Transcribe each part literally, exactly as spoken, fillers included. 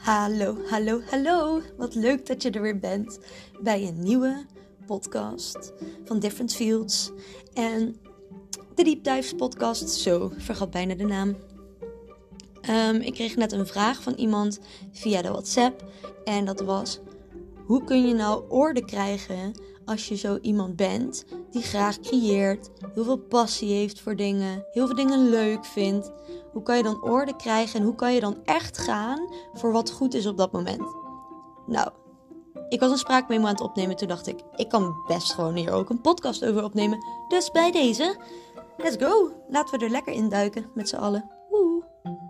Hallo, hallo, hallo. Wat leuk dat je er weer bent bij een nieuwe podcast van Different Fields. En de Deep Dives podcast, zo, vergat bijna de naam. Um, ik kreeg net een vraag van iemand via de WhatsApp. En dat was, hoe kun je nou orde krijgen als je zo iemand bent die graag creëert, heel veel passie heeft voor dingen, heel veel dingen leuk vindt. Hoe kan je dan orde krijgen en hoe kan je dan echt gaan voor wat goed is op dat moment? Nou, ik was een spraakmemo aan het opnemen. Toen dacht ik, ik kan best gewoon hier ook een podcast over opnemen. Dus bij deze, let's go. Laten we er lekker induiken met z'n allen. Woe.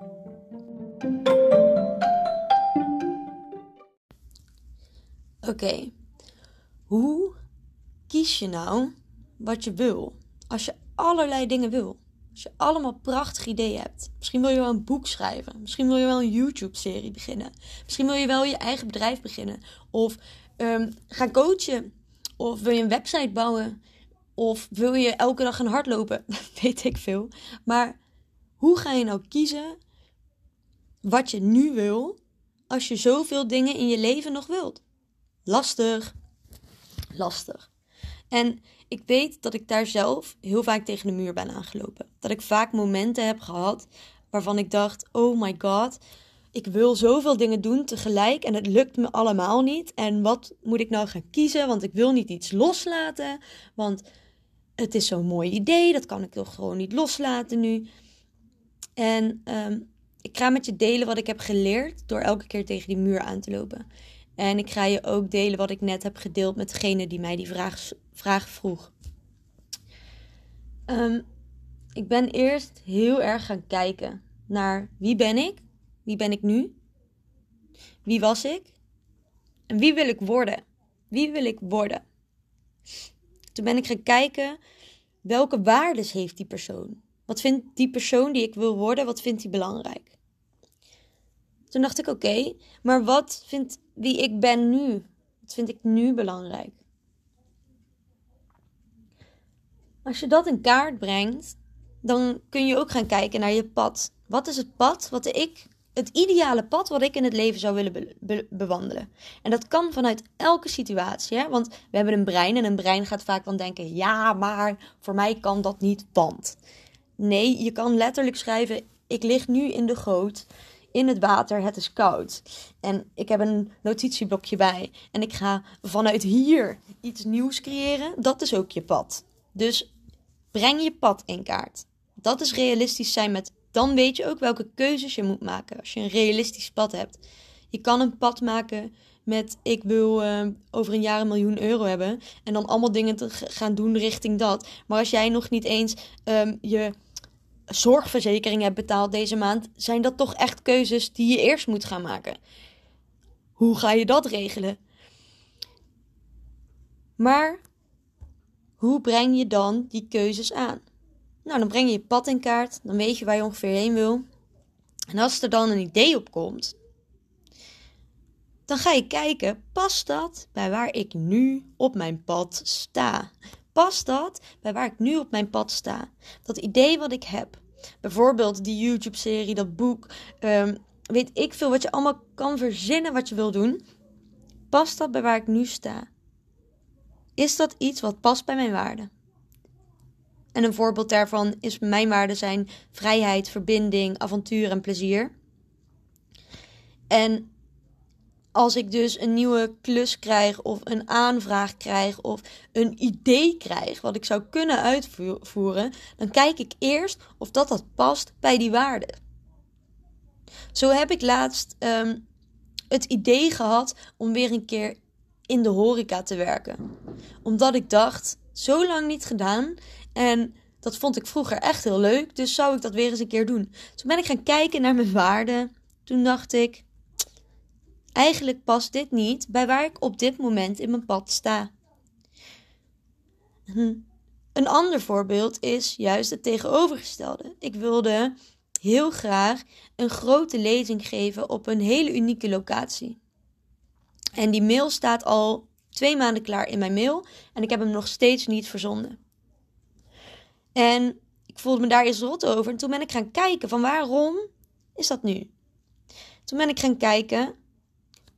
Oké, okay. Hoe kies je nou wat je wil? Als je allerlei dingen wil. Als je allemaal prachtige ideeën hebt. Misschien wil je wel een boek schrijven. Misschien wil je wel een YouTube-serie beginnen. Misschien wil je wel je eigen bedrijf beginnen. Of um, gaan coachen. Of wil je een website bouwen. Of wil je elke dag gaan hardlopen. Weet ik veel. Maar hoe ga je nou kiezen wat je nu wil als je zoveel dingen in je leven nog wilt? Lastig. Lastig. En ik weet dat ik daar zelf heel vaak tegen de muur ben aangelopen. Dat ik vaak momenten heb gehad waarvan ik dacht, oh my god, ik wil zoveel dingen doen tegelijk en het lukt me allemaal niet. En wat moet ik nou gaan kiezen? Want ik wil niet iets loslaten, want het is zo'n mooi idee, dat kan ik toch gewoon niet loslaten nu. En um, ik ga met je delen wat ik heb geleerd door elke keer tegen die muur aan te lopen. En ik ga je ook delen wat ik net heb gedeeld met degene die mij die vraag, vraag vroeg. Um, ik ben eerst heel erg gaan kijken naar wie ben ik? Wie ben ik nu? Wie was ik? En wie wil ik worden? Wie wil ik worden? Toen ben ik gaan kijken, welke waardes heeft die persoon? Wat vindt die persoon die ik wil worden, wat vindt hij belangrijk? Toen dacht ik, oké, okay, maar wat vindt wie ik ben nu? Wat vind ik nu belangrijk? Als je dat in kaart brengt, dan kun je ook gaan kijken naar je pad. Wat is het pad, wat ik, het ideale pad wat ik in het leven zou willen be- be- bewandelen? En dat kan vanuit elke situatie, hè? Want we hebben een brein en een brein gaat vaak dan denken, ja, maar voor mij kan dat niet, want. Nee, je kan letterlijk schrijven, ik lig nu in de goot. In het water, het is koud. En ik heb een notitieblokje bij. En ik ga vanuit hier iets nieuws creëren. Dat is ook je pad. Dus breng je pad in kaart. Dat is realistisch zijn met... Dan weet je ook welke keuzes je moet maken. Als je een realistisch pad hebt. Je kan een pad maken met... Ik wil uh, over een jaar een miljoen euro hebben. En dan allemaal dingen te g- gaan doen richting dat. Maar als jij nog niet eens um, je... zorgverzekering hebt betaald deze maand, zijn dat toch echt keuzes die je eerst moet gaan maken. Hoe ga je dat regelen? Maar hoe breng je dan die keuzes aan? Nou, dan breng je je pad in kaart, dan weet je waar je ongeveer heen wil. En als er dan een idee op komt, dan ga je kijken, past dat bij waar ik nu op mijn pad sta? Past dat bij waar ik nu op mijn pad sta? Dat idee wat ik heb. Bijvoorbeeld die YouTube-serie, dat boek. Um, weet ik veel wat je allemaal kan verzinnen wat je wil doen. Past dat bij waar ik nu sta? Is dat iets wat past bij mijn waarden? En een voorbeeld daarvan is mijn waarden zijn vrijheid, verbinding, avontuur en plezier. En als ik dus een nieuwe klus krijg of een aanvraag krijg of een idee krijg wat ik zou kunnen uitvoeren, dan kijk ik eerst of dat, dat past bij die waarden. Zo heb ik laatst um, het idee gehad om weer een keer in de horeca te werken. Omdat ik dacht, zo lang niet gedaan en dat vond ik vroeger echt heel leuk, dus zou ik dat weer eens een keer doen. Toen ben ik gaan kijken naar mijn waarden. Toen dacht ik, eigenlijk past dit niet bij waar ik op dit moment in mijn pad sta. Een ander voorbeeld is juist het tegenovergestelde. Ik wilde heel graag een grote lezing geven op een hele unieke locatie. En die mail staat al twee maanden klaar in mijn mail en ik heb hem nog steeds niet verzonden. En ik voelde me daar eens rot over en toen ben ik gaan kijken van waarom is dat nu? Toen ben ik gaan kijken,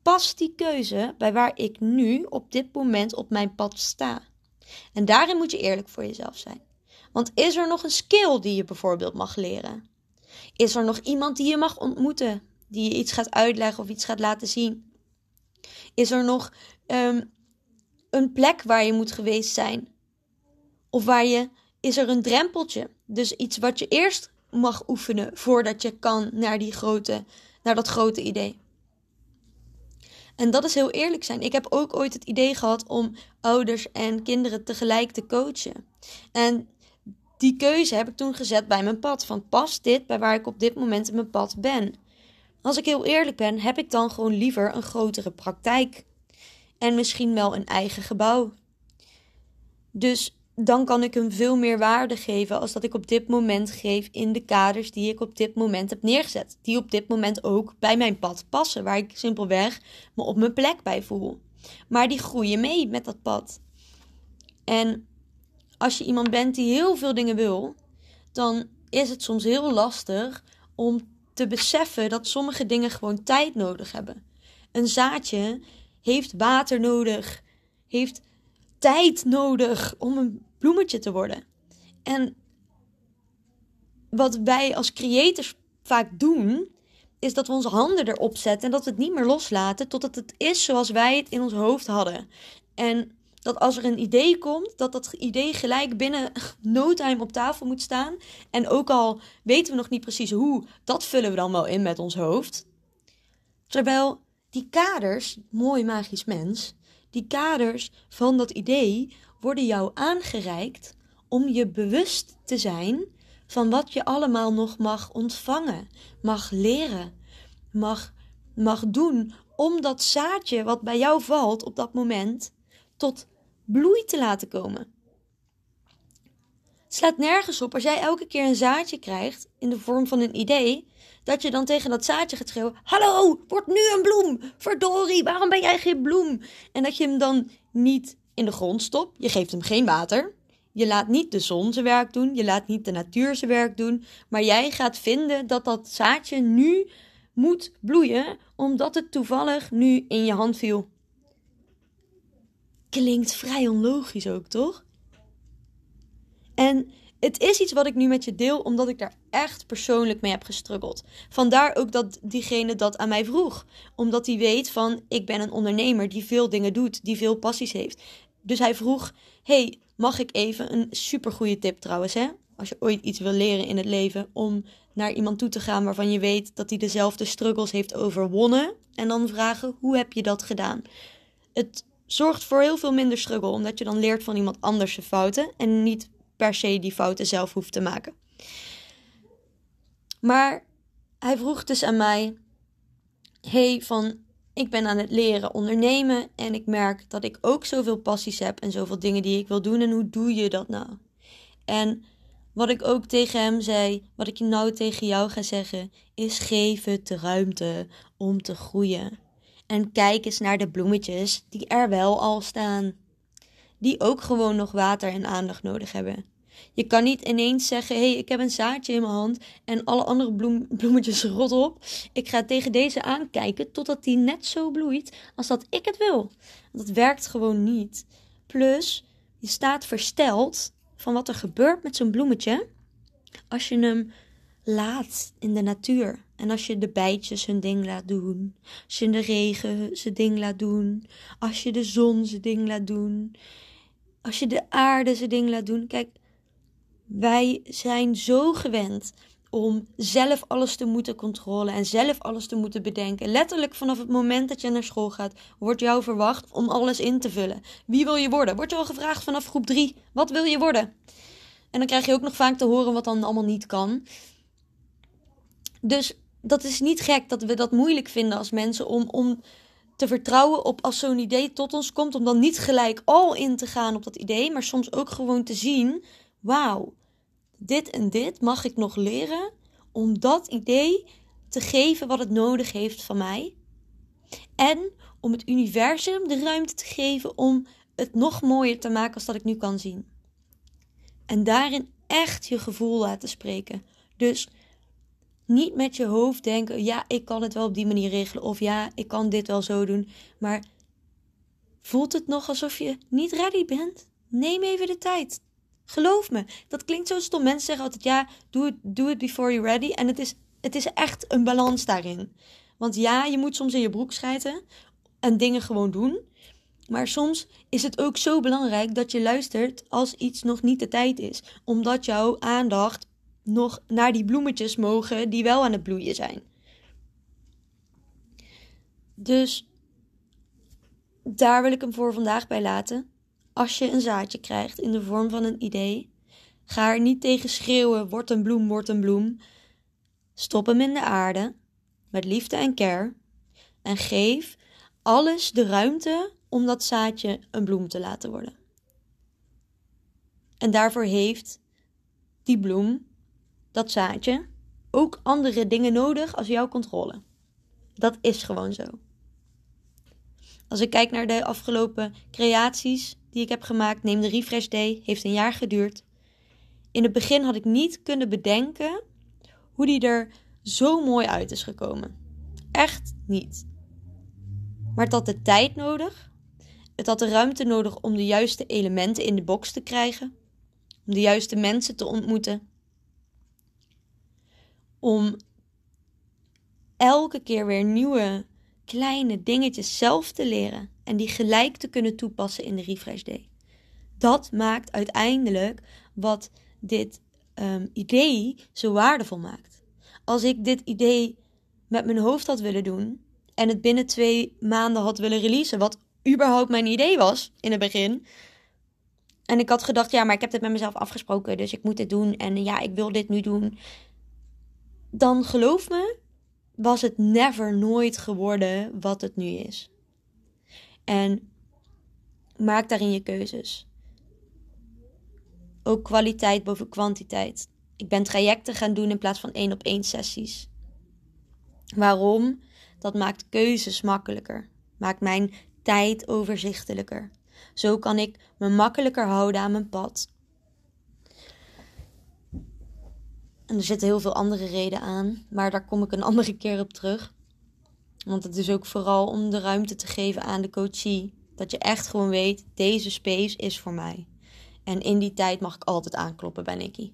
past die keuze bij waar ik nu op dit moment op mijn pad sta? En daarin moet je eerlijk voor jezelf zijn. Want is er nog een skill die je bijvoorbeeld mag leren? Is er nog iemand die je mag ontmoeten, die je iets gaat uitleggen of iets gaat laten zien? Is er nog um, een plek waar je moet geweest zijn? Of waar je, is er een drempeltje? Dus iets wat je eerst mag oefenen voordat je kan naar, die grote, naar dat grote idee. En dat is heel eerlijk zijn. Ik heb ook ooit het idee gehad om ouders en kinderen tegelijk te coachen. En die keuze heb ik toen gezet bij mijn pad. Van past dit bij waar ik op dit moment in mijn pad ben? Als ik heel eerlijk ben, heb ik dan gewoon liever een grotere praktijk. En misschien wel een eigen gebouw. Dus dan kan ik hem veel meer waarde geven als dat ik op dit moment geef in de kaders die ik op dit moment heb neergezet. Die op dit moment ook bij mijn pad passen, waar ik simpelweg me op mijn plek bij voel. Maar die groeien mee met dat pad. En als je iemand bent die heel veel dingen wil, dan is het soms heel lastig om te beseffen dat sommige dingen gewoon tijd nodig hebben. Een zaadje heeft water nodig, heeft tijd nodig om een bloemetje te worden. En wat wij als creators vaak doen, is dat we onze handen erop zetten en dat we het niet meer loslaten totdat het is zoals wij het in ons hoofd hadden. En dat als er een idee komt, dat dat idee gelijk binnen no time op tafel moet staan. En ook al weten we nog niet precies hoe, dat vullen we dan wel in met ons hoofd. Terwijl die kaders, mooi magisch mens, die kaders van dat idee worden jou aangereikt om je bewust te zijn van wat je allemaal nog mag ontvangen, mag leren, mag, mag doen om dat zaadje wat bij jou valt op dat moment tot bloei te laten komen. Het slaat nergens op als jij elke keer een zaadje krijgt in de vorm van een idee, dat je dan tegen dat zaadje gaat schreeuwen: hallo, word nu een bloem! Verdorie, waarom ben jij geen bloem? En dat je hem dan niet in de grond stopt. Je geeft hem geen water. Je laat niet de zon zijn werk doen. Je laat niet de natuur zijn werk doen. Maar jij gaat vinden dat dat zaadje nu moet bloeien, omdat het toevallig nu in je hand viel. Klinkt vrij onlogisch ook, toch? En het is iets wat ik nu met je deel, omdat ik daar echt persoonlijk mee heb gestruggeld. Vandaar ook dat diegene dat aan mij vroeg. Omdat hij weet van, ik ben een ondernemer die veel dingen doet, die veel passies heeft. Dus hij vroeg, hey, mag ik even een supergoeie tip trouwens, hè? Als je ooit iets wil leren in het leven, om naar iemand toe te gaan waarvan je weet dat hij dezelfde struggles heeft overwonnen. En dan vragen, hoe heb je dat gedaan? Het zorgt voor heel veel minder struggle, omdat je dan leert van iemand anders zijn fouten en niet per se die fouten zelf hoeft te maken. Maar hij vroeg dus aan mij, hey, van, ik ben aan het leren ondernemen en ik merk dat ik ook zoveel passies heb en zoveel dingen die ik wil doen. En hoe doe je dat nou? En wat ik ook tegen hem zei, wat ik nou tegen jou ga zeggen, is geef het de ruimte om te groeien. En kijk eens naar de bloemetjes die er wel al staan. Die ook gewoon nog water en aandacht nodig hebben. Je kan niet ineens zeggen, hé, hey, ik heb een zaadje in mijn hand en alle andere bloem, bloemetjes rot op. Ik ga tegen deze aankijken totdat die net zo bloeit als dat ik het wil. Dat werkt gewoon niet. Plus, je staat versteld van wat er gebeurt met zo'n bloemetje als je hem laat in de natuur. En als je de bijtjes hun ding laat doen. Als je de regen zijn ding laat doen. Als je de zon zijn ding laat doen. Als je de aarde zijn ding laat doen. Kijk, wij zijn zo gewend om zelf alles te moeten controleren en zelf alles te moeten bedenken. Letterlijk vanaf het moment dat je naar school gaat, wordt jou verwacht om alles in te vullen. Wie wil je worden? Wordt je al gevraagd vanaf groep drie, wat wil je worden? En dan krijg je ook nog vaak te horen wat dan allemaal niet kan. Dus dat is niet gek dat we dat moeilijk vinden als mensen om, om te vertrouwen op als zo'n idee tot ons komt. Om dan niet gelijk al in te gaan op dat idee, maar soms ook gewoon te zien, wauw, dit en dit mag ik nog leren om dat idee te geven wat het nodig heeft van mij. En om het universum de ruimte te geven om het nog mooier te maken als dat ik nu kan zien. En daarin echt je gevoel laten spreken. Dus niet met je hoofd denken, ja, ik kan het wel op die manier regelen. Of ja, ik kan dit wel zo doen. Maar voelt het nog alsof je niet ready bent? Neem even de tijd. Geloof me, dat klinkt zo stom. Mensen zeggen altijd, ja, do it, do it before you're ready. En het is, het is echt een balans daarin. Want ja, je moet soms in je broek schijten en dingen gewoon doen. Maar soms is het ook zo belangrijk dat je luistert als iets nog niet de tijd is. Omdat jouw aandacht nog naar die bloemetjes mogen die wel aan het bloeien zijn. Dus daar wil ik hem voor vandaag bij laten. Als je een zaadje krijgt in de vorm van een idee, ga er niet tegen schreeuwen, word een bloem, word een bloem. Stop hem in de aarde, met liefde en care. En geef alles de ruimte om dat zaadje een bloem te laten worden. En daarvoor heeft die bloem, dat zaadje, ook andere dingen nodig als jouw controle. Dat is gewoon zo. Als ik kijk naar de afgelopen creaties die ik heb gemaakt, neem de Refresh Day, heeft een jaar geduurd. In het begin had ik niet kunnen bedenken hoe die er zo mooi uit is gekomen. Echt niet. Maar het had de tijd nodig. Het had de ruimte nodig om de juiste elementen in de box te krijgen. Om de juiste mensen te ontmoeten. Om elke keer weer nieuwe kleine dingetjes zelf te leren. En die gelijk te kunnen toepassen in de Refresh Day. Dat maakt uiteindelijk wat dit um, idee zo waardevol maakt. Als ik dit idee met mijn hoofd had willen doen en het binnen twee maanden had willen releasen, wat überhaupt mijn idee was in het begin. En ik had gedacht, ja, maar ik heb dit met mezelf afgesproken, dus ik moet dit doen en ja, ik wil dit nu doen. Dan geloof me, was het never nooit geworden wat het nu is. En maak daarin je keuzes. Ook kwaliteit boven kwantiteit. Ik ben trajecten gaan doen in plaats van één op één sessies. Waarom? Dat maakt keuzes makkelijker. Maakt mijn tijd overzichtelijker. Zo kan ik me makkelijker houden aan mijn pad. En er zitten heel veel andere redenen aan. Maar daar kom ik een andere keer op terug. Want het is ook vooral om de ruimte te geven aan de coachie. Dat je echt gewoon weet, deze space is voor mij. En in die tijd mag ik altijd aankloppen bij Nikki.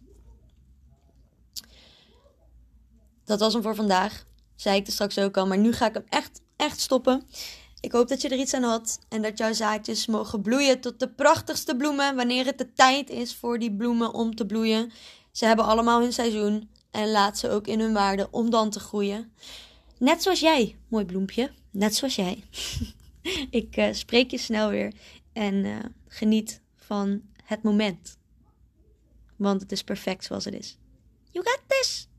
Dat was hem voor vandaag. Zei ik er straks ook al. Maar nu ga ik hem echt, echt stoppen. Ik hoop dat je er iets aan had. En dat jouw zaadjes mogen bloeien tot de prachtigste bloemen. Wanneer het de tijd is voor die bloemen om te bloeien. Ze hebben allemaal hun seizoen. En laat ze ook in hun waarde om dan te groeien. Net zoals jij, mooi bloempje. Net zoals jij. Ik uh, spreek je snel weer. En uh, geniet van het moment. Want het is perfect zoals het is. You got this!